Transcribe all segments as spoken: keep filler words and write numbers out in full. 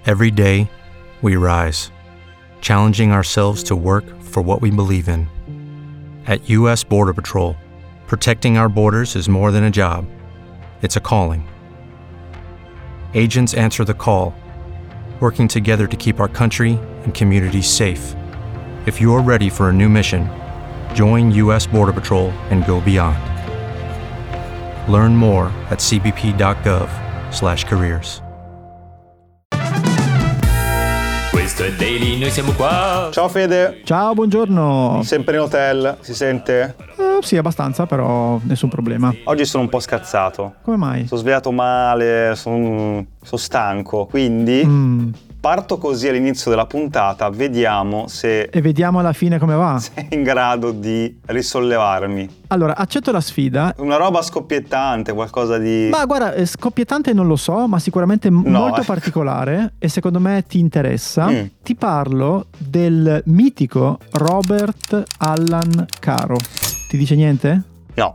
Every day, we rise, challenging ourselves to work for what we believe in. At U S Border Patrol, protecting our borders is more than a job. It's a calling. Agents answer the call, working together to keep our country and communities safe. If you're ready for a new mission, join U S Border Patrol and go beyond. Learn more at c b p dot gov slash careers. Questo è Daily, noi siamo qua. Ciao Fede. Ciao, buongiorno. Sempre in hotel, si sente? Eh, sì, abbastanza, però nessun problema. Oggi sono un po' scazzato. Come mai? Sono svegliato male, sono, sono stanco, quindi Mm. parto così all'inizio della puntata, vediamo se E vediamo alla fine come va. sei in grado di risollevarmi. Allora, accetto la sfida. Una roba scoppiettante, qualcosa di... Ma guarda, eh, scoppiettante non lo so, ma sicuramente m- No, molto eh. particolare e secondo me ti interessa. Mm. Ti parlo del mitico Robert Allan Caro. Ti dice niente? No.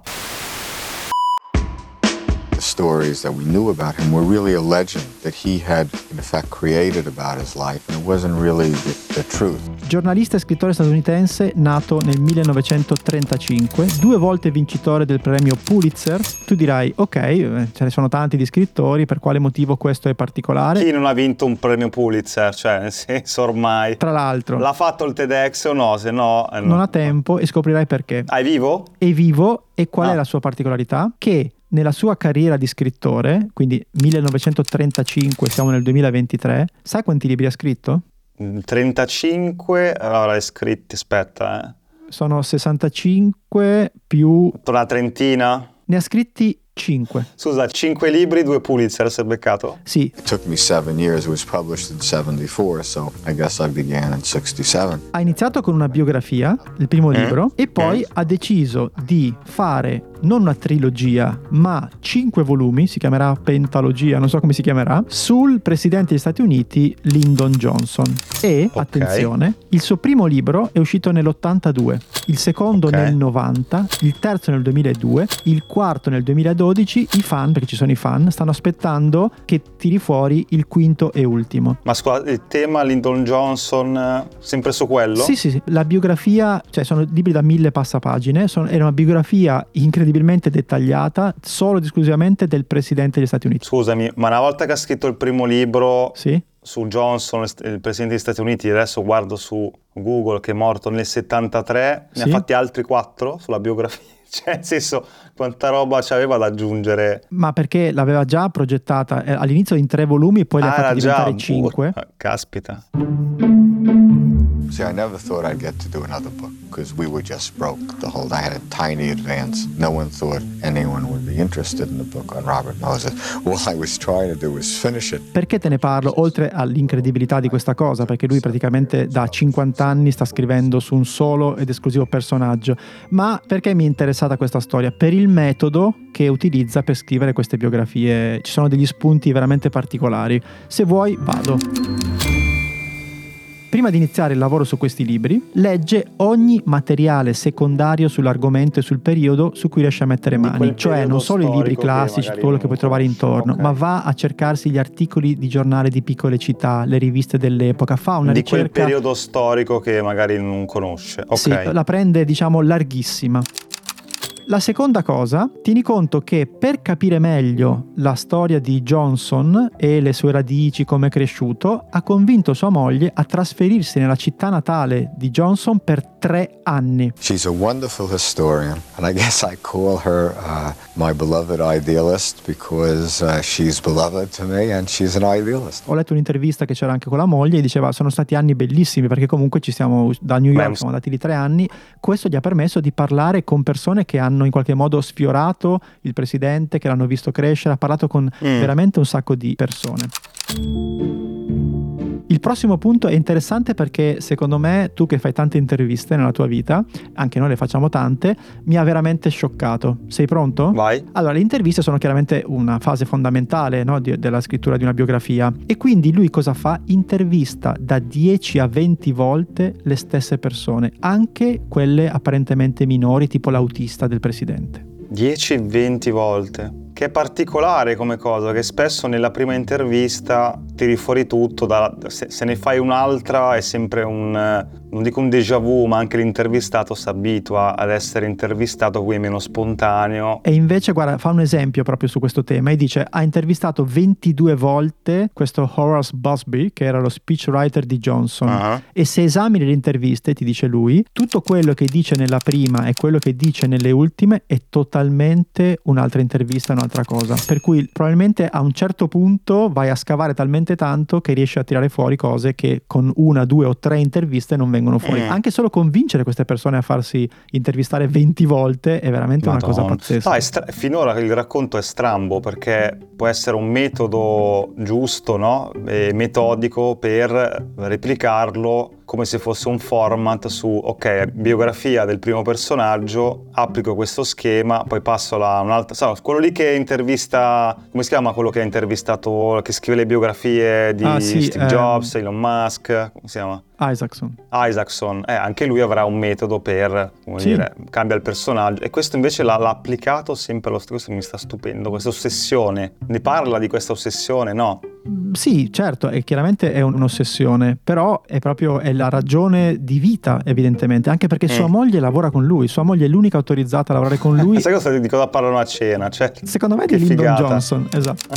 The stories that we knew about him were really a legend that he had, in effect, created about his life, and it wasn't really the, the truth. Giornalista e scrittore statunitense nato nel millenovecentotrentacinque, due volte vincitore del premio Pulitzer. Tu dirai, ok, eh, ce ne sono tanti di scrittori, per quale motivo questo è particolare? Chi non ha vinto un premio Pulitzer? Cioè, nel senso, ormai... Tra l'altro, L'ha fatto il TEDx o no? Se no... eh, no. non ha tempo e scoprirai perché. Ah, è vivo? È vivo e qual Ah. è la sua particolarità? Che nella sua carriera di scrittore, quindi millenovecentotrentacinque, siamo nel duemilaventitré, sai quanti libri ha scritto? trentacinque, allora hai scritti, aspetta, eh. Sono sessantacinque più... Una trentina? Ne ha scritti cinque. Scusa, cinque libri, due Pulitzer, si è beccato? Sì, It took me seven years. It was published in seventy-four, so I guess I began in sixty-seven. ha iniziato con una biografia, il primo Eh? libro, e poi Eh? ha deciso di fare non una trilogia, ma cinque volumi, si chiamerà pentalogia, non so come si chiamerà, sul presidente degli Stati Uniti Lyndon Johnson. E, Ok. attenzione, il suo primo libro è uscito nell'ottantadue, il secondo Ok. nel novanta, il terzo nel duemiladue, il quarto nel duemiladodici. I fan, perché ci sono i fan, stanno aspettando che tiri fuori il quinto e ultimo. Ma scusa, il tema Lyndon Johnson, eh, sempre su quello? Sì, sì, sì, la biografia, cioè sono libri da mille passapagine, sono, è una biografia incredibilmente dettagliata, solo ed esclusivamente del presidente degli Stati Uniti. Scusami, ma una volta che ha scritto il primo libro Sì? su Johnson, il presidente degli Stati Uniti, adesso guardo su Google che è morto nel settantatré, ne Sì. ha fatti altri quattro sulla biografia. Cioè, nel senso, quanta roba c'aveva da aggiungere. Ma perché l'aveva già progettata eh, all'inizio in tre volumi e poi le ha Ah, fatti era già, diventare cinque. uh, caspita. See, I never thought I'd get to do another book because we were just broke. The whole I had a tiny advance. No one thought anyone would be interested in the book on Robert Moses. All I was trying to do was finish it. Perché te ne parlo? Oltre all'incredibilità di questa cosa, perché lui praticamente da cinquanta anni sta scrivendo su un solo ed esclusivo personaggio. Ma perché mi è interessata questa storia? Per il metodo che utilizza per scrivere queste biografie. Ci sono degli spunti veramente particolari. Se vuoi, vado. Prima di iniziare il lavoro su questi libri, legge ogni materiale secondario sull'argomento e sul periodo su cui riesce a mettere Di mani, quel cioè periodo non solo i libri storico che classici, magari tutto quello che non puoi trovare conosci. intorno, Ok. ma va a cercarsi gli articoli di giornale di piccole città, le riviste dell'epoca, fa una Di quel ricerca... periodo storico che magari non conosce. Ok. Sì, la prende, diciamo, larghissima. La seconda cosa, tieni conto che per capire meglio la storia di Johnson e le sue radici, come è cresciuto, ha convinto sua moglie a trasferirsi nella città natale di Johnson per tre anni. She's a wonderful historian, and I guess I call her uh, my beloved idealist because uh, she's beloved to me and she's an idealist. Ho letto un'intervista che c'era anche con la moglie e diceva sono stati anni bellissimi perché comunque ci siamo da New York, Beh, siamo andati lì tre anni. Questo gli ha permesso di parlare con persone che hanno in qualche modo sfiorato il presidente, che l'hanno visto crescere, ha parlato con Mm. veramente un sacco di persone. Il prossimo punto è interessante perché secondo me tu che fai tante interviste nella tua vita, anche noi le facciamo tante, mi ha veramente scioccato. Sei pronto? Vai. Allora, le interviste sono chiaramente una fase fondamentale, no, di- della scrittura di una biografia e quindi lui cosa fa? Intervista da dieci a venti volte le stesse persone, anche quelle apparentemente minori, tipo l'autista del presidente. dieci venti volte. Che è particolare come cosa, che spesso nella prima intervista tiri fuori tutto, da, se, se ne fai un'altra è sempre un, non dico un déjà vu, ma anche l'intervistato si abitua ad essere intervistato, quindi è meno spontaneo. E invece, guarda, fa un esempio proprio su questo tema e dice: ha intervistato ventidue volte questo Horace Busby, che era lo speechwriter di Johnson, uh-huh. e se esamini le interviste, ti dice lui, tutto quello che dice nella prima e quello che dice nelle ultime è totalmente un'altra intervista, un'altra cosa, per cui probabilmente a un certo punto vai a scavare talmente tanto che riesci a tirare fuori cose che con una, due o tre interviste non vengono fuori. Mm. Anche solo convincere queste persone a farsi intervistare venti volte è veramente Madonna. Una cosa pazzesca. No, è stra- finora il racconto è strambo, perché può essere un metodo giusto, no? E metodico per replicarlo come se fosse un format su, ok, biografia del primo personaggio, applico questo schema, poi passo a un'altra, so, quello lì che intervista, come si chiama quello che ha intervistato, che scrive le biografie di ah, sì, Steve ehm... Jobs, Elon Musk, come si chiama? Isaacson. Isaacson, eh, anche lui avrà un metodo per, come sì. dire, cambia il personaggio, e questo invece l'ha, l'ha applicato sempre lo stesso. Questo mi sta stupendo, questa ossessione. Ne parla di questa ossessione, no? Sì, certo, e chiaramente è un'ossessione, però è proprio è la ragione di vita, evidentemente, anche perché mm. sua moglie lavora con lui, sua moglie è l'unica autorizzata a lavorare con lui. Sai cosa, di cosa parlano a cena? Cioè, secondo me di Lyndon figata. Johnson, esatto.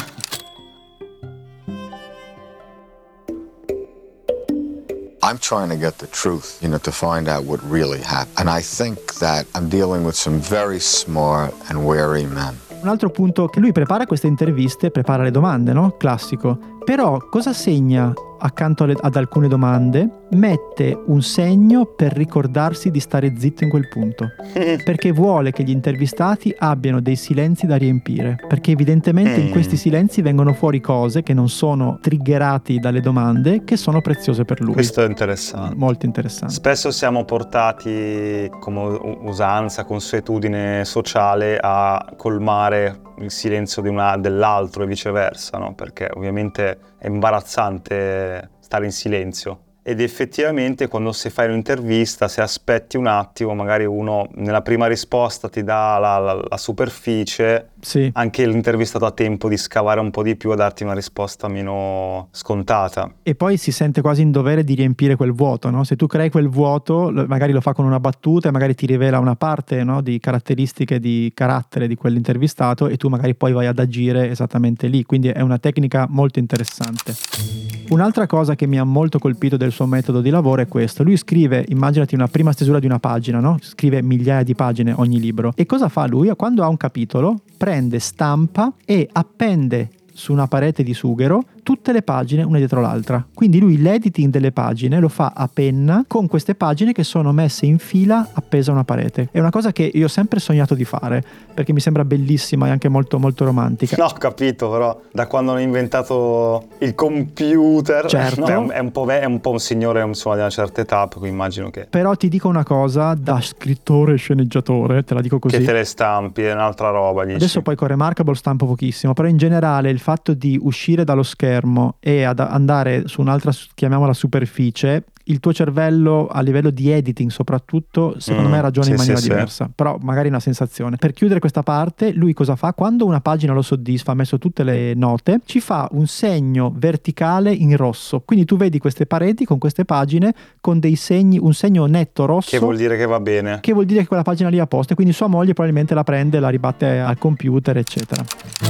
I'm trying to get the truth, you know, to find out what really happened. And I think that I'm dealing with some very smart and wary men. Un altro punto, che lui prepara queste interviste, prepara le domande, no? Classico. Però cosa segna accanto alle, ad alcune domande? Mette un segno per ricordarsi di stare zitto in quel punto, perché vuole che gli intervistati abbiano dei silenzi da riempire, perché evidentemente in questi silenzi vengono fuori cose che non sono triggerati dalle domande, che sono preziose per lui. Questo è interessante, molto interessante. Spesso siamo portati come usanza, consuetudine sociale a colmare il silenzio di una, dell'altro e viceversa, no? Perché ovviamente è imbarazzante stare in silenzio. Ed effettivamente quando si fa un'intervista, se aspetti un attimo, magari uno nella prima risposta ti dà la, la, la superficie, sì. anche l'intervistato ha tempo di scavare un po' di più e darti una risposta meno scontata. E poi si sente quasi in dovere di riempire quel vuoto, no? Se tu crei quel vuoto, magari lo fa con una battuta e magari ti rivela una parte, no, di caratteristiche di carattere di quell'intervistato, e tu magari poi vai ad agire esattamente lì, quindi è una tecnica molto interessante. Un'altra cosa che mi ha molto colpito del suo metodo di lavoro è questo: lui scrive, immaginati una prima stesura di una pagina, no? Scrive migliaia di pagine ogni libro, e cosa fa lui? Quando ha un capitolo prende, stampa e appende su una parete di sughero tutte le pagine una dietro l'altra. Quindi lui l'editing delle pagine lo fa a penna con queste pagine che sono messe in fila appesa a una parete. È una cosa che io ho sempre sognato di fare, perché mi sembra bellissima e anche molto molto romantica. No, ho capito, però da quando hanno inventato il computer, certo. no, è, un, è, un po ve- è un po' un signore, insomma, di una certa età, per cui immagino che... Però ti dico una cosa, da scrittore e sceneggiatore, te la dico così, che te le stampi, è un'altra roba, dici. Adesso poi con Remarkable stampo pochissimo, però in generale il fatto di uscire dallo schermo e ad andare su un'altra, chiamiamola superficie, il tuo cervello a livello di editing soprattutto secondo mm, me ragiona sì, in maniera sì, diversa, sì. Però magari una sensazione. Per chiudere questa parte, lui cosa fa? Quando una pagina lo soddisfa, ha messo tutte le note, ci fa un segno verticale in rosso, quindi tu vedi queste pareti con queste pagine con dei segni, un segno netto rosso, che vuol dire che va bene, che vuol dire che quella pagina lì è a posto, e quindi sua moglie probabilmente la prende, la ribatte al computer, eccetera.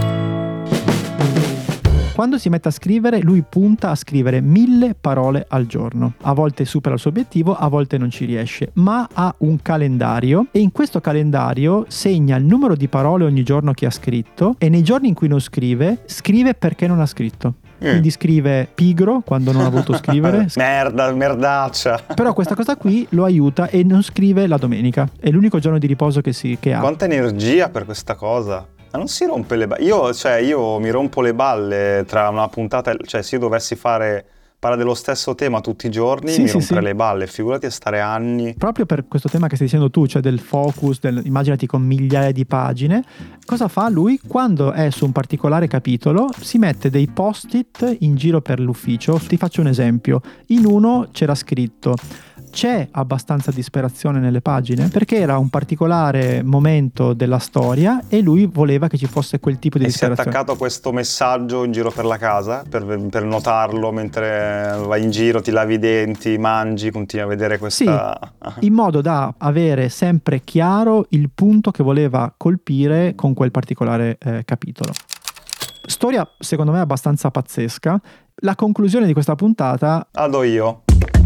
Quando si mette a scrivere, lui punta a scrivere mille parole al giorno. A volte supera il suo obiettivo, a volte non ci riesce, ma ha un calendario, e in questo calendario segna il numero di parole ogni giorno che ha scritto, e nei giorni in cui non scrive, scrive perché non ha scritto. Quindi scrive pigro quando non ha voluto scrivere. Merda, merdaccia. Però questa cosa qui lo aiuta e non scrive la domenica. È l'unico giorno di riposo che, si, che ha. Quanta energia per questa cosa. Ma non si rompe le balle. Io, cioè, io mi rompo le balle tra una puntata, cioè se io dovessi fare parlare dello stesso tema tutti i giorni, sì, mi sì, rompere sì. le balle, figurati a stare anni. Proprio per questo tema che stai dicendo tu, cioè del focus, del, immaginati con migliaia di pagine, cosa fa lui? Quando è su un particolare capitolo si mette dei post-it in giro per l'ufficio. Ti faccio un esempio. In uno c'era scritto: c'è abbastanza disperazione nelle pagine, perché era un particolare momento della storia e lui voleva che ci fosse quel tipo di e disperazione. Si è attaccato a questo messaggio in giro per la casa per, per notarlo mentre vai in giro, ti lavi i denti, mangi, continui a vedere questa... Sì, in modo da avere sempre chiaro il punto che voleva colpire con quel particolare eh, capitolo. Storia secondo me abbastanza pazzesca. La conclusione di questa puntata... Vado io.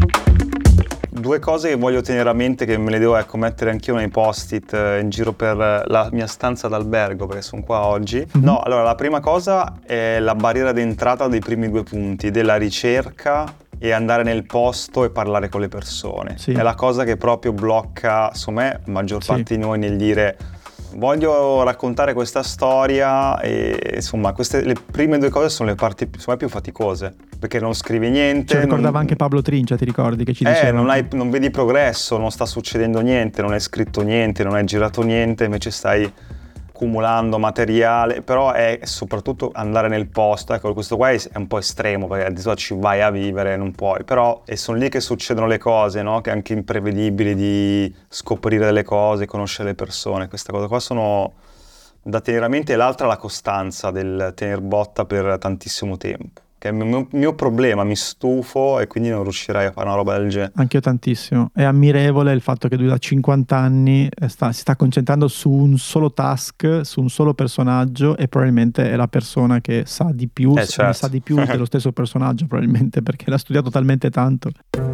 Due cose che voglio tenere a mente, che me le devo ecco, mettere anch'io nei post-it eh, in giro per la mia stanza d'albergo, perché sono qua oggi. Mm-hmm. No, allora la prima cosa è la barriera d'entrata dei primi due punti, della ricerca e andare nel posto e parlare con le persone. Sì. È la cosa che proprio blocca, secondo me, la maggior sì. parte di noi nel dire voglio raccontare questa storia e insomma queste, le prime due cose sono le parti secondo me più faticose, perché non scrivi niente. Ce lo ricordava non... anche Pablo Trincia, ti ricordi che ci eh, diceva? Non, hai, non vedi progresso, non sta succedendo niente, non hai scritto niente, non hai girato niente, invece stai accumulando materiale, però è soprattutto andare nel posto. Ecco, questo qua è un po' estremo, perché addirittura ci vai a vivere, non puoi, però e sono lì che succedono le cose, no? Che è anche imprevedibili, di scoprire delle cose, conoscere le persone. Questa cosa qua sono da tenere a mente, e l'altra la costanza del tener botta per tantissimo tempo, che è il mio, mio problema, mi stufo e quindi non riuscirei a fare una roba del genere. Anch'io tantissimo. È ammirevole il fatto che lui da cinquanta anni sta, si sta concentrando su un solo task, su un solo personaggio, e probabilmente è la persona che sa di più, eh, certo. sa di più dello stesso personaggio, probabilmente perché l'ha studiato talmente tanto.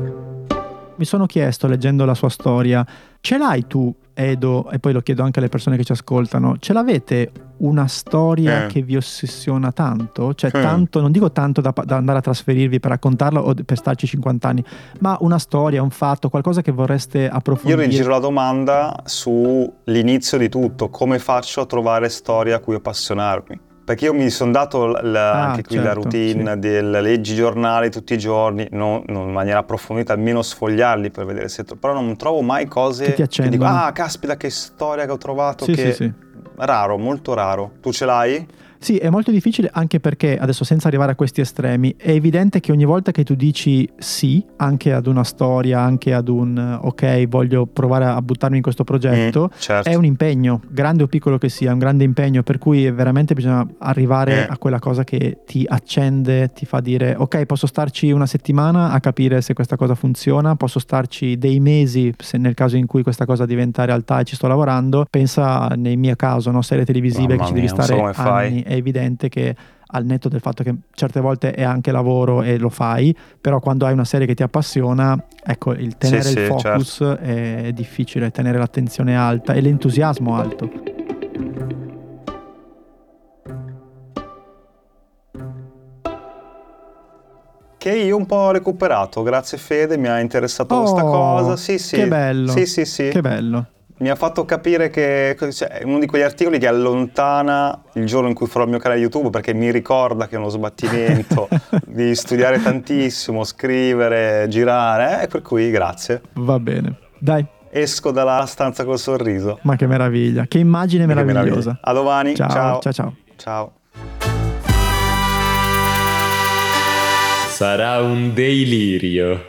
Mi sono chiesto, leggendo la sua storia, ce l'hai tu, Edo, e poi lo chiedo anche alle persone che ci ascoltano, ce l'avete una storia eh. che vi ossessiona tanto? Cioè eh. tanto, non dico tanto da, da andare a trasferirvi per raccontarlo o per starci cinquanta anni, ma una storia, un fatto, qualcosa che vorreste approfondire? Io rigiro la domanda sull'inizio di tutto, come faccio a trovare storie a cui appassionarmi? Perché io mi sono dato la, ah, anche qui certo, la routine sì. del leggi giornali tutti i giorni, non, non in maniera approfondita, almeno sfogliarli per vedere se... Però non trovo mai cose che ti che dico, accendono. ah, caspita, che storia che ho trovato, sì, che... Sì, sì. Raro, molto raro. Tu ce l'hai? Sì, è molto difficile, anche perché adesso, senza arrivare a questi estremi, è evidente che ogni volta che tu dici sì, anche ad una storia, anche ad un ok, voglio provare a buttarmi in questo progetto, mm, certo. è un impegno, grande o piccolo che sia, un grande impegno, per cui veramente bisogna arrivare eh. a quella cosa che ti accende, ti fa dire ok, posso starci una settimana a capire se questa cosa funziona, posso starci dei mesi se nel caso in cui questa cosa diventa realtà e ci sto lavorando. Pensa nel mio caso, no, serie televisive, Mamma che ci mia, devi stare non so come anni. fai. È evidente che, al netto del fatto che certe volte è anche lavoro e lo fai, però quando hai una serie che ti appassiona, ecco, il tenere sì, il sì, focus certo. è difficile, tenere l'attenzione alta e l'entusiasmo alto. Che io un po' ho recuperato, grazie Fede, mi ha interessato oh, questa cosa. Sì, sì. Che bello. Sì, sì, sì. Che bello. Mi ha fatto capire che cioè, è uno di quegli articoli che allontana il giorno in cui farò il mio canale YouTube, perché mi ricorda che è uno sbattimento di studiare tantissimo, scrivere, girare, e eh, per cui grazie. Va bene, dai. Esco dalla stanza col sorriso. Ma che meraviglia, che immagine che meravigliosa. Meraviglia. A domani, ciao. Ciao, ciao. ciao. Ciao. Sarà un delirio.